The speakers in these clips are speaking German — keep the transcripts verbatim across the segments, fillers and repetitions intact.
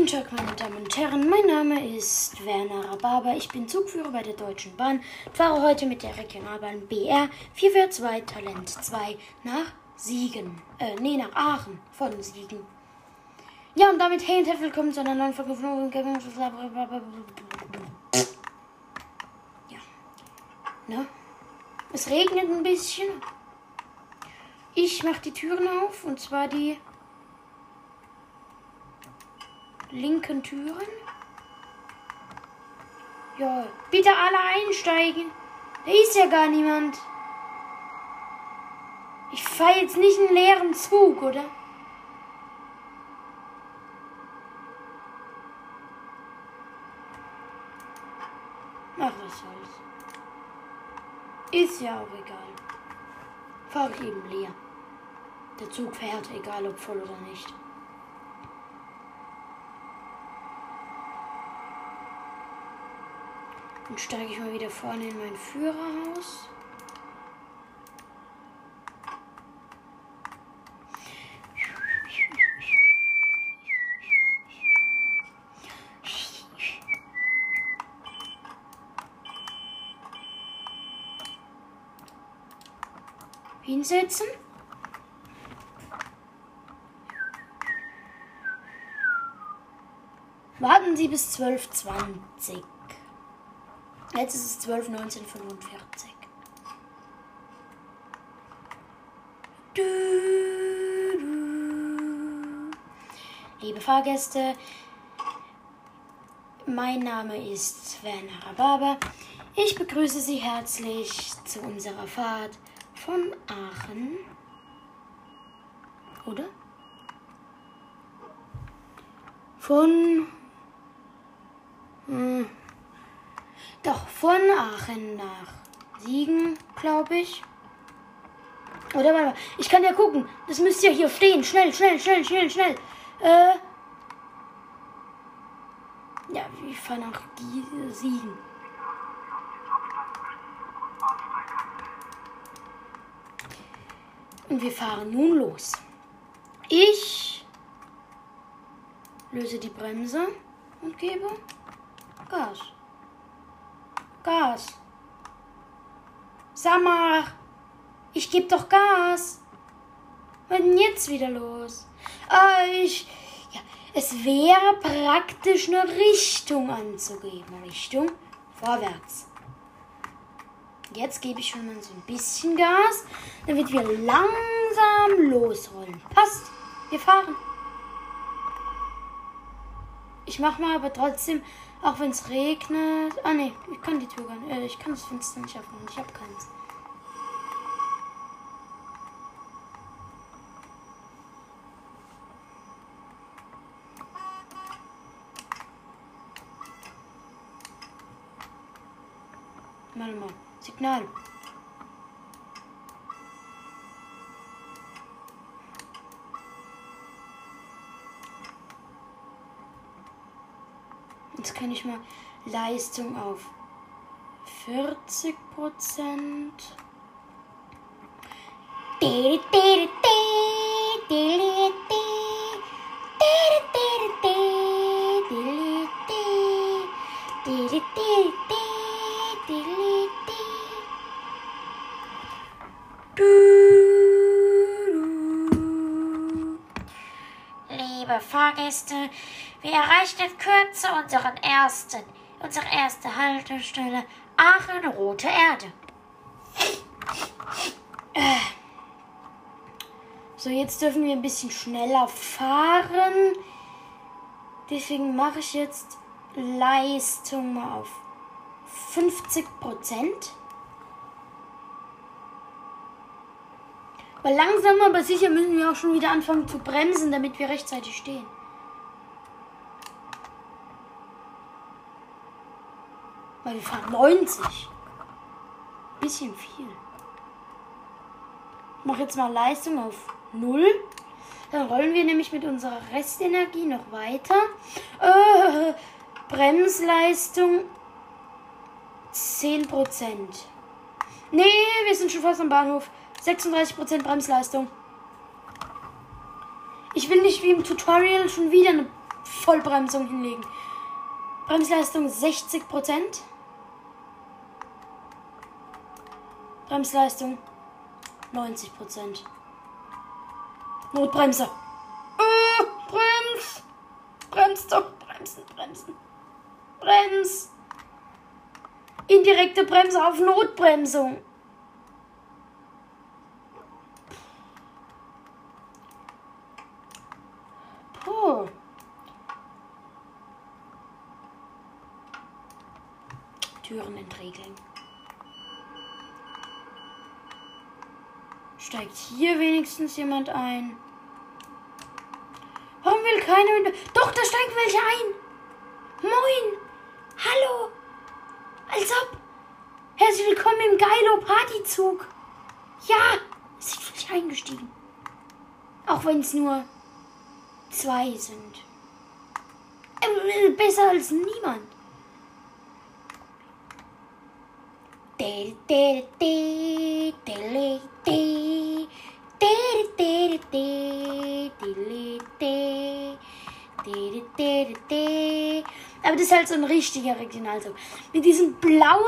Tag, meine Damen und Herren. Mein Name ist Werner Rhabarber. Ich bin Zugführer bei der Deutschen Bahn. Fahre heute mit der Regionalbahn B R vier vier zwei Talent zwei nach Siegen. Äh, nee, nach Aachen von Siegen. Ja, und damit hey und herzlich willkommen zu einer neuen Folge von... Ja. Ne? Es regnet ein bisschen. Ich mache die Türen auf, und zwar die linken Türen. Ja, bitte alle einsteigen. Da ist ja gar niemand. Ich fahre jetzt nicht einen leeren Zug, oder? Ach, was soll's. Ist ja auch egal. Fahre ich eben leer. Der Zug fährt, egal ob voll oder nicht. Dann steige ich mal wieder vorne in mein Führerhaus. Hinsetzen. Warten Sie bis zwölf Uhr zwanzig. Jetzt ist es zwölf Uhr neunzehn fünfundvierzig. Du, du. Liebe Fahrgäste, mein Name ist Werner Rhabarber. Ich begrüße Sie herzlich zu unserer Fahrt von Aachen. Oder? Von... Hm. Doch, von Aachen nach Siegen, glaube ich. Oder warte mal, ich kann ja gucken. Das müsste ja hier stehen. Schnell, schnell, schnell, schnell, schnell. Äh. Ja, ich fahre nach Siegen. Und wir fahren nun los. Ich löse die Bremse und gebe Gas. Gas. Sag mal, ich gebe doch Gas. Was ist denn jetzt wieder los? Ah, ich, ja, es wäre praktisch eine Richtung anzugeben. Richtung vorwärts. Jetzt gebe ich schon mal so ein bisschen Gas, damit wir langsam losrollen. Passt, wir fahren. Ich mache mal aber trotzdem, auch wenn es regnet... Ah ne, ich kann die Tür gar nicht... Äh, ich kann das Fenster nicht öffnen. Ich habe keins. Mal mal. Signal. Jetzt kann ich mal Leistung auf vierzig Prozent. Liebe Fahrgäste, wir erreichen in Kürze unseren ersten, unsere erste Haltestelle Aachen Rote Erde. So, jetzt dürfen wir ein bisschen schneller fahren. Deswegen mache ich jetzt Leistung mal auf fünfzig Prozent. Weil langsam aber sicher müssen wir auch schon wieder anfangen zu bremsen, damit wir rechtzeitig stehen. Weil wir fahren neunzig. Bisschen viel. Ich mache jetzt mal Leistung auf null. Dann rollen wir nämlich mit unserer Restenergie noch weiter. Äh, Bremsleistung zehn Prozent. Nee, wir sind schon fast am Bahnhof. sechsunddreißig Prozent Bremsleistung. Ich will nicht wie im Tutorial schon wieder eine Vollbremsung hinlegen. Bremsleistung sechzig Prozent. Bremsleistung neunzig Prozent. Notbremse. Oh, brems. Brems doch. Bremsen, bremsen. Brems. Indirekte Bremse auf Notbremsung. Puh. Türen entriegeln. Steigt hier wenigstens jemand ein? Warum will keiner mit... Doch, da steigen welche ein. Moin. Hallo. Als ob. Herzlich willkommen im Geilo Partyzug. Ja, es sind welche eingestiegen. Auch wenn es nur zwei sind. Äh, besser als niemand. Aber das ist halt so ein richtiger Regionalzug. Mit diesen blauen,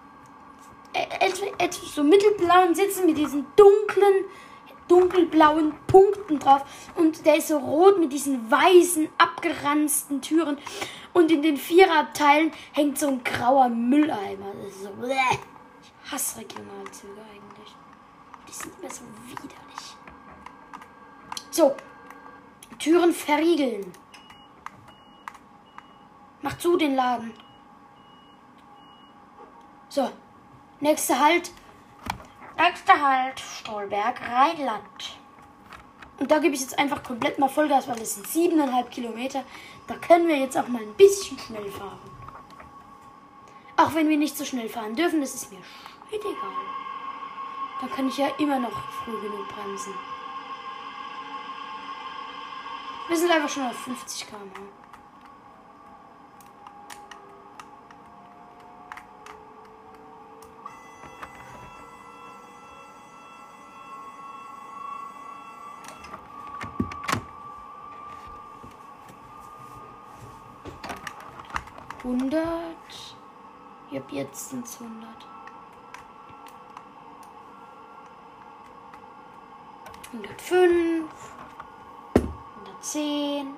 etwas so mittelblauen Sitzen, mit diesen dunklen, dunkelblauen Punkten drauf. Und der ist so rot mit diesen weißen, abgeranzten Türen. Und in den Viererabteilen hängt so ein grauer Mülleimer. Das ist so, bleh. Ich hasse Regionalzüge eigentlich. Die sind immer so widerlich. So. Türen verriegeln. Mach zu den Laden. So. Nächster Halt. Nächster Halt. Stolberg, Rheinland. Und da gebe ich jetzt einfach komplett mal Vollgas, weil es sind siebeneinhalb Kilometer. Da können wir jetzt auch mal ein bisschen schnell fahren. Auch wenn wir nicht so schnell fahren dürfen, das ist mir egal. Dann kann ich ja immer noch früh genug bremsen. Wir sind einfach schon auf fünfzig Kilometer pro Stunde. hundert. Yep, jetzt sind es hundert. hundertfünf. hundertzehn.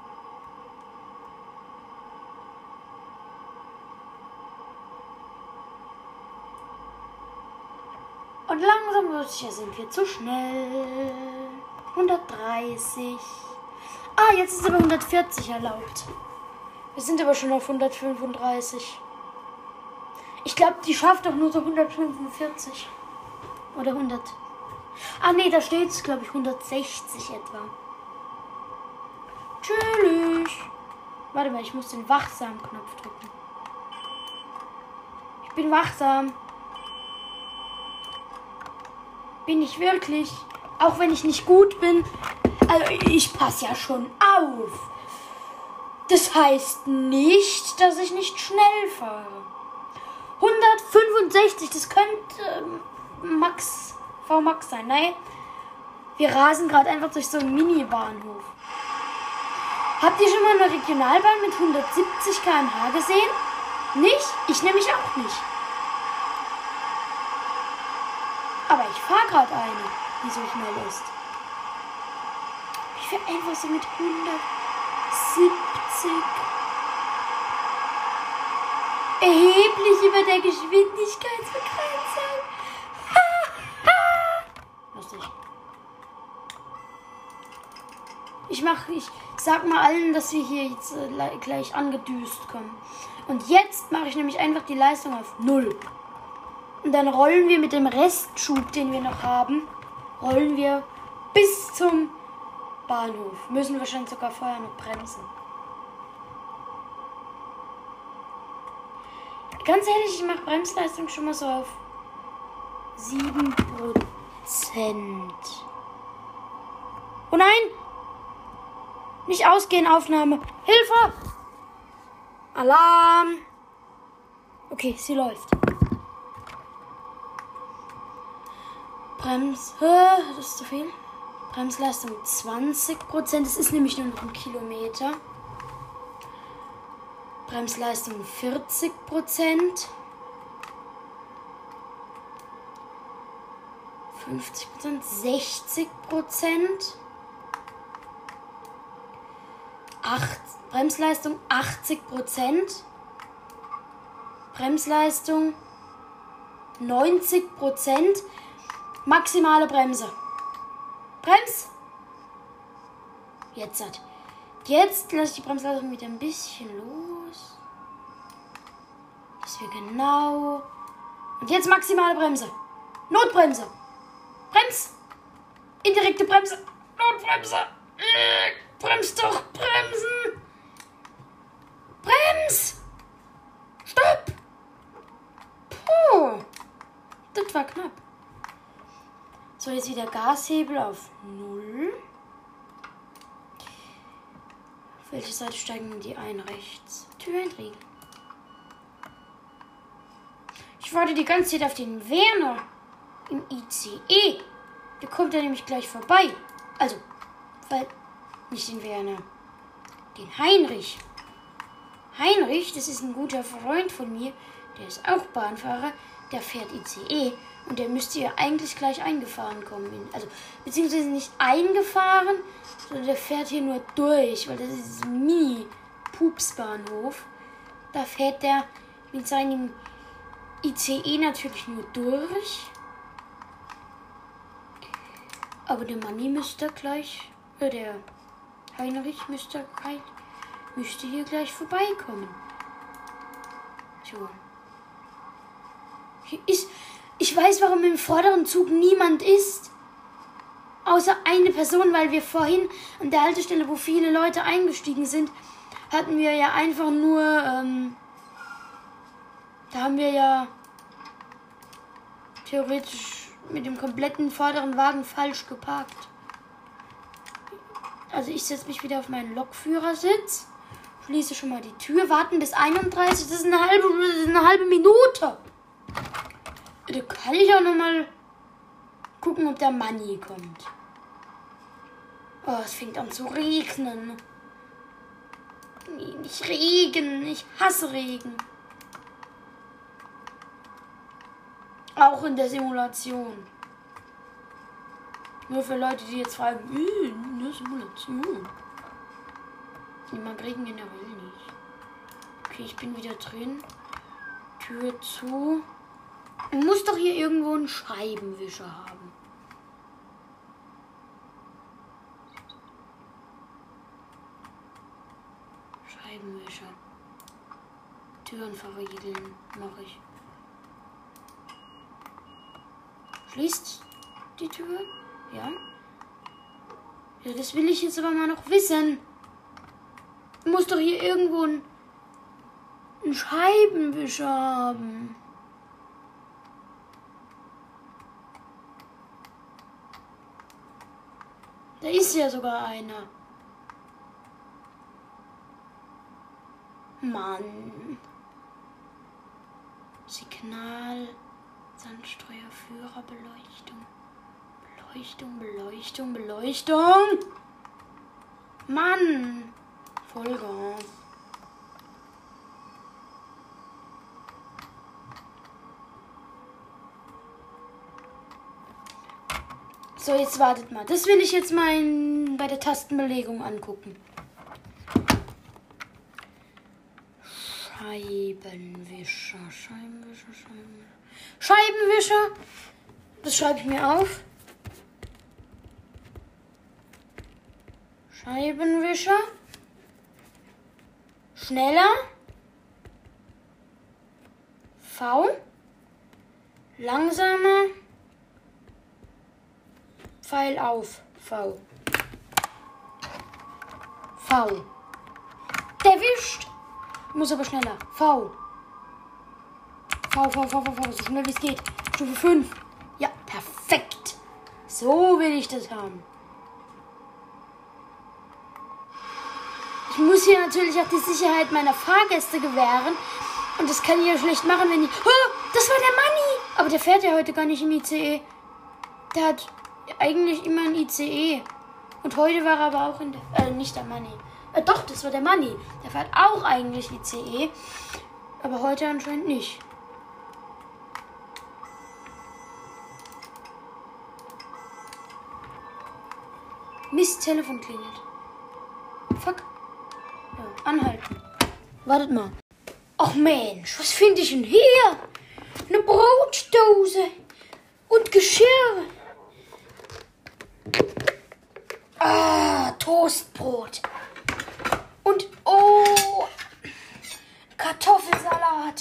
Und langsam wird es, ja, sind wir zu schnell. hundertdreißig. Ah, jetzt ist aber hundertvierzig erlaubt. Wir sind aber schon auf hundertfünfunddreißig. Ich glaube, die schafft doch nur so hundertfünfundvierzig. Oder hundert. Ah, nee, da steht es, glaube ich, hundertsechzig etwa. Tschüss. Warte mal, ich muss den Wachsam-Knopf drücken. Ich bin wachsam. Bin ich wirklich. Auch wenn ich nicht gut bin. Also, ich passe ja schon auf. Das heißt nicht, dass ich nicht schnell fahre. hundertfünfundsechzig, das könnte ähm, Max, V Max sein. Nein, wir rasen gerade einfach durch so einen Mini-Bahnhof. Habt ihr schon mal eine Regionalbahn mit hundertsiebzig Kilometer pro Stunde gesehen? Nicht? Ich nämlich auch nicht. Aber ich fahre gerade eine, die so schnell ist. Ich fahre einfach so mit hundertsiebzig. Erheblich über der Geschwindigkeitsbegrenzung. Lustig. Ich mach, ich sag mal allen, dass wir hier jetzt äh, gleich angedüst kommen. Und jetzt mache ich nämlich einfach die Leistung auf null. Und dann rollen wir mit dem Restschub, den wir noch haben, rollen wir bis zum Bahnhof. Müssen wahrscheinlich sogar vorher noch bremsen. Ganz ehrlich, ich mache Bremsleistung schon mal so auf sieben Prozent. Oh nein! Nicht ausgehen, Aufnahme. Hilfe! Alarm! Okay, sie läuft. Brems... Das ist zu viel. Bremsleistung zwanzig Prozent. Das ist nämlich nur noch ein Kilometer. Bremsleistung vierzig Prozent. fünfzig Prozent, sechzig Prozent. acht, Bremsleistung achtzig Prozent. Bremsleistung neunzig Prozent. Maximale Bremse. Brems! Jetzt hat. Jetzt lasse ich die Bremsleistung wieder ein bisschen los. Dass wir genau. Und jetzt maximale Bremse. Notbremse. Brems! Indirekte Bremse. Notbremse. Äh, brems doch. Bremsen. Brems! Stopp! Puh. Das war knapp. So, jetzt wieder Gashebel auf null. Auf welche Seite steigen die ein? Rechts. Tür entriegeln. Ich warte die ganze Zeit auf den Werner im I C E. Der kommt ja nämlich gleich vorbei. Also, weil nicht den Werner, den Heinrich. Heinrich, das ist ein guter Freund von mir. Der ist auch Bahnfahrer. Der fährt I C E. Und der müsste ja eigentlich gleich eingefahren kommen. Also, beziehungsweise nicht eingefahren, sondern der fährt hier nur durch, weil das ist ein Mini-Pupsbahnhof. Da fährt der mit seinem I C E natürlich nur durch. Aber der Manni müsste gleich, äh, der Heinrich müsste gleich, müsste hier gleich vorbeikommen. So. Hier ist, ich weiß, warum im vorderen Zug niemand ist. Außer eine Person, weil wir vorhin an der Haltestelle, wo viele Leute eingestiegen sind, hatten wir ja einfach nur, ähm, da haben wir ja theoretisch mit dem kompletten vorderen Wagen falsch geparkt. Also ich setze mich wieder auf meinen Lokführersitz, schließe schon mal die Tür, warten bis einunddreißig, das ist eine halbe, das ist eine halbe Minute. Da kann ich auch noch mal gucken, ob der Manni kommt. Oh, es fängt an zu regnen. Nee, nicht Regen. Ich hasse Regen. Auch in der Simulation. Nur für Leute, die jetzt fragen, wie, in der Simulation. Ich mag Regen generell nicht. Okay, ich bin wieder drin. Tür zu. Man muss doch hier irgendwo einen Scheibenwischer haben. Scheibenwischer. Türen verriegeln mache ich. Schließt die Tür? Ja. Ja, das will ich jetzt aber mal noch wissen. Muss doch hier irgendwo ein, ein Scheibenwischer haben. Da ist ja sogar einer. Mann. Signal. Sandstreuer, Führer, Beleuchtung. Beleuchtung, Beleuchtung, Beleuchtung. Mann. Vollgas. So, jetzt wartet mal. Das will ich jetzt mal in, bei der Tastenbelegung angucken. Scheibenwischer, Scheibenwischer, Scheibenwischer. Scheibenwischer. Das schreibe ich mir auf. Scheibenwischer. Schneller. V. Langsamer. Pfeil auf. V. V. Erwischt. Muss aber schneller. V. V, V, V, V, V. So schnell wie es geht. Stufe fünf. Ja, perfekt. So will ich das haben. Ich muss hier natürlich auch die Sicherheit meiner Fahrgäste gewähren. Und das kann ich ja schlecht machen, wenn die... Oh, das war der Manni. Aber der fährt ja heute gar nicht im I C E. Der hat eigentlich immer ein I C E. Und heute war er aber auch in der... Äh, nicht der Manni. Äh, doch, das war der Manni. Der fährt auch eigentlich I C E. Aber heute anscheinend nicht. Mist, Telefon klingelt. Fuck. Ja, anhalten. Wartet mal. Ach Mensch, was finde ich denn hier? Eine Brotdose und Geschirr. Ah, Toastbrot. Und oh, Kartoffelsalat.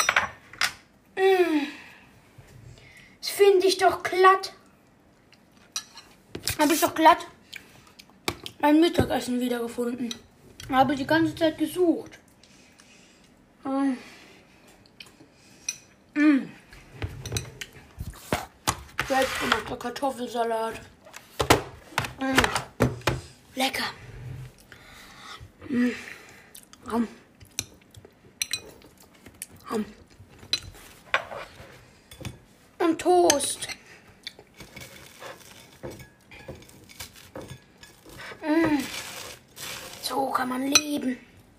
Mm. Das finde ich doch glatt. Habe ich doch glatt mein Mittagessen wiedergefunden. Habe die ganze Zeit gesucht. Mm. Mm. Selbstgemachter Kartoffelsalat. Mm. Lecker. Mm. Um. Um. Und Toast. Mm. So kann man leben.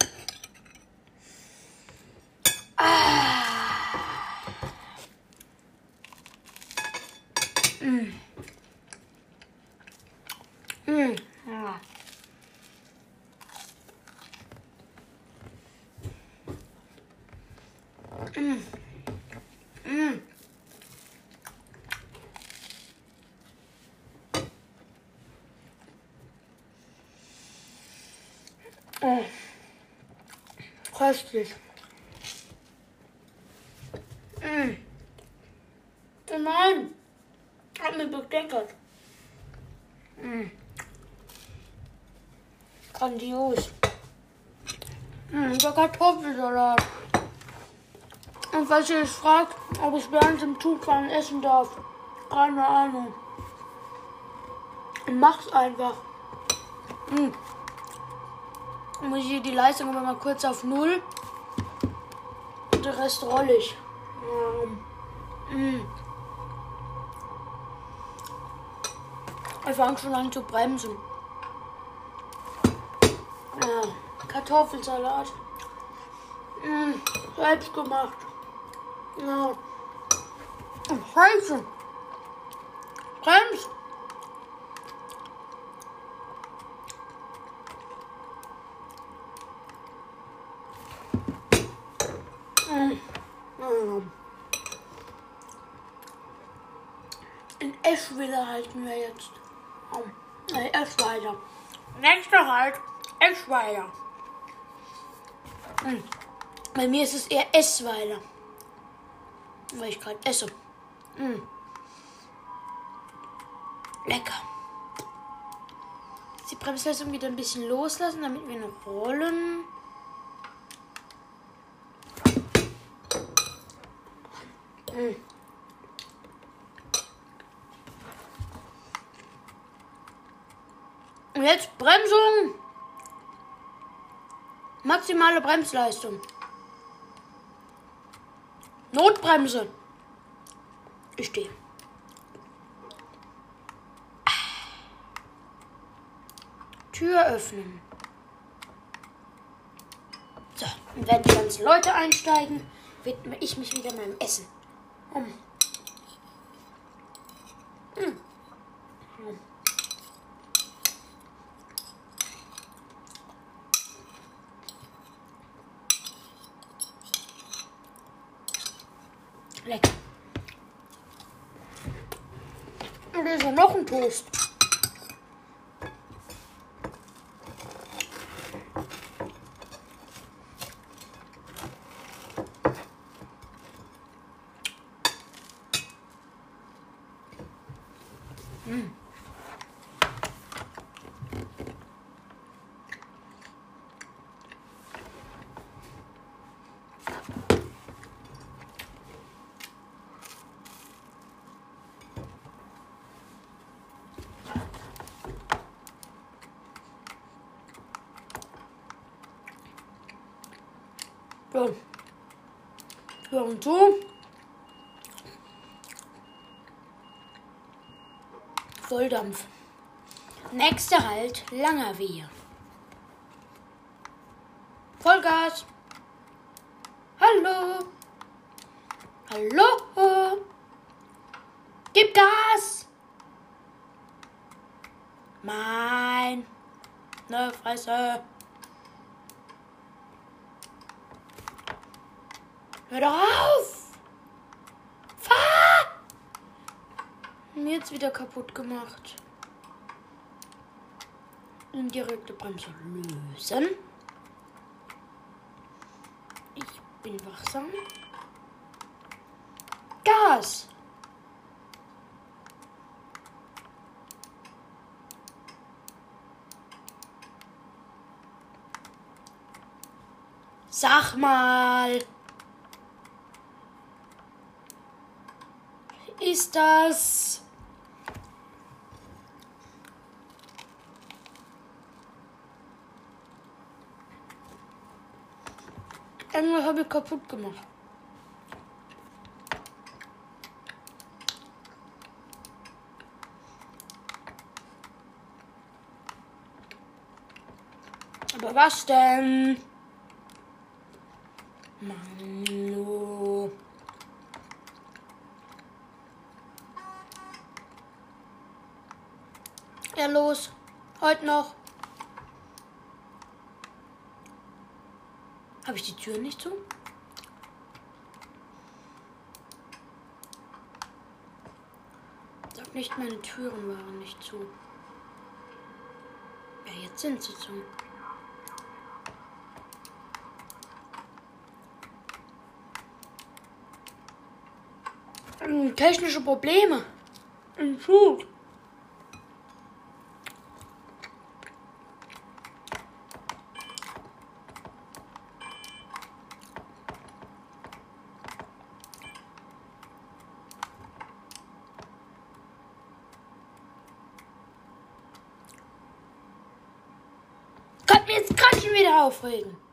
Ah. Mm. Mm. Ja. Mm. Mm. Oh. Köstlich. Mm. Oh nein. Hat mir bedeckert. Mm. Grandios. Mm, der Kartoffelsalat. Und falls ihr euch fragt, ob ich während dem Zugfahren essen darf, keine Ahnung. Mach's einfach. Mm. Muss ich hier die Leistung aber mal kurz auf null. Und den Rest roll ich. Mm. Ich fange schon an zu bremsen. Ja, Kartoffelsalat. Mm, selbst gemacht. Ja. Scheiße. Brems. Mm. Ja. In Eschwiller halten wir jetzt. Oh. Nee, Eschweiler. Nächster Halt, Eschweiler. Hm. Bei mir ist es eher Essweiler. Weil ich gerade esse. Hm. Lecker. Die Bremsleistung wieder ein bisschen loslassen, damit wir noch rollen. Hm. Und jetzt Bremsung. Maximale Bremsleistung. Notbremse. Ich stehe. Tür öffnen. So, und wenn die ganzen Leute einsteigen, widme ich mich wieder meinem Essen. Um. Hm. Hm. Lecker. Und da ist ja noch ein Toast. Mm. So. Hören zu. Volldampf. Nächster Halt, Langerwehe. Vollgas. Hallo. Hallo. Gib Gas. Mein. Ne Fresse. Hör doch auf. Fahr. Mir jetzt wieder kaputt gemacht. Indirekte Bremse lösen. Ich bin wachsam. Gas. Sag mal. Ist das... Irgendwas habe ich kaputt gemacht. Aber was denn? Manu. Ja, los. Heute noch. Habe ich die Tür nicht zu? Sag nicht, meine Türen waren nicht zu. Ja, jetzt sind sie zu. Hm, technische Probleme. Entschuldigung. Kann mir jetzt gerade schon wieder aufregen.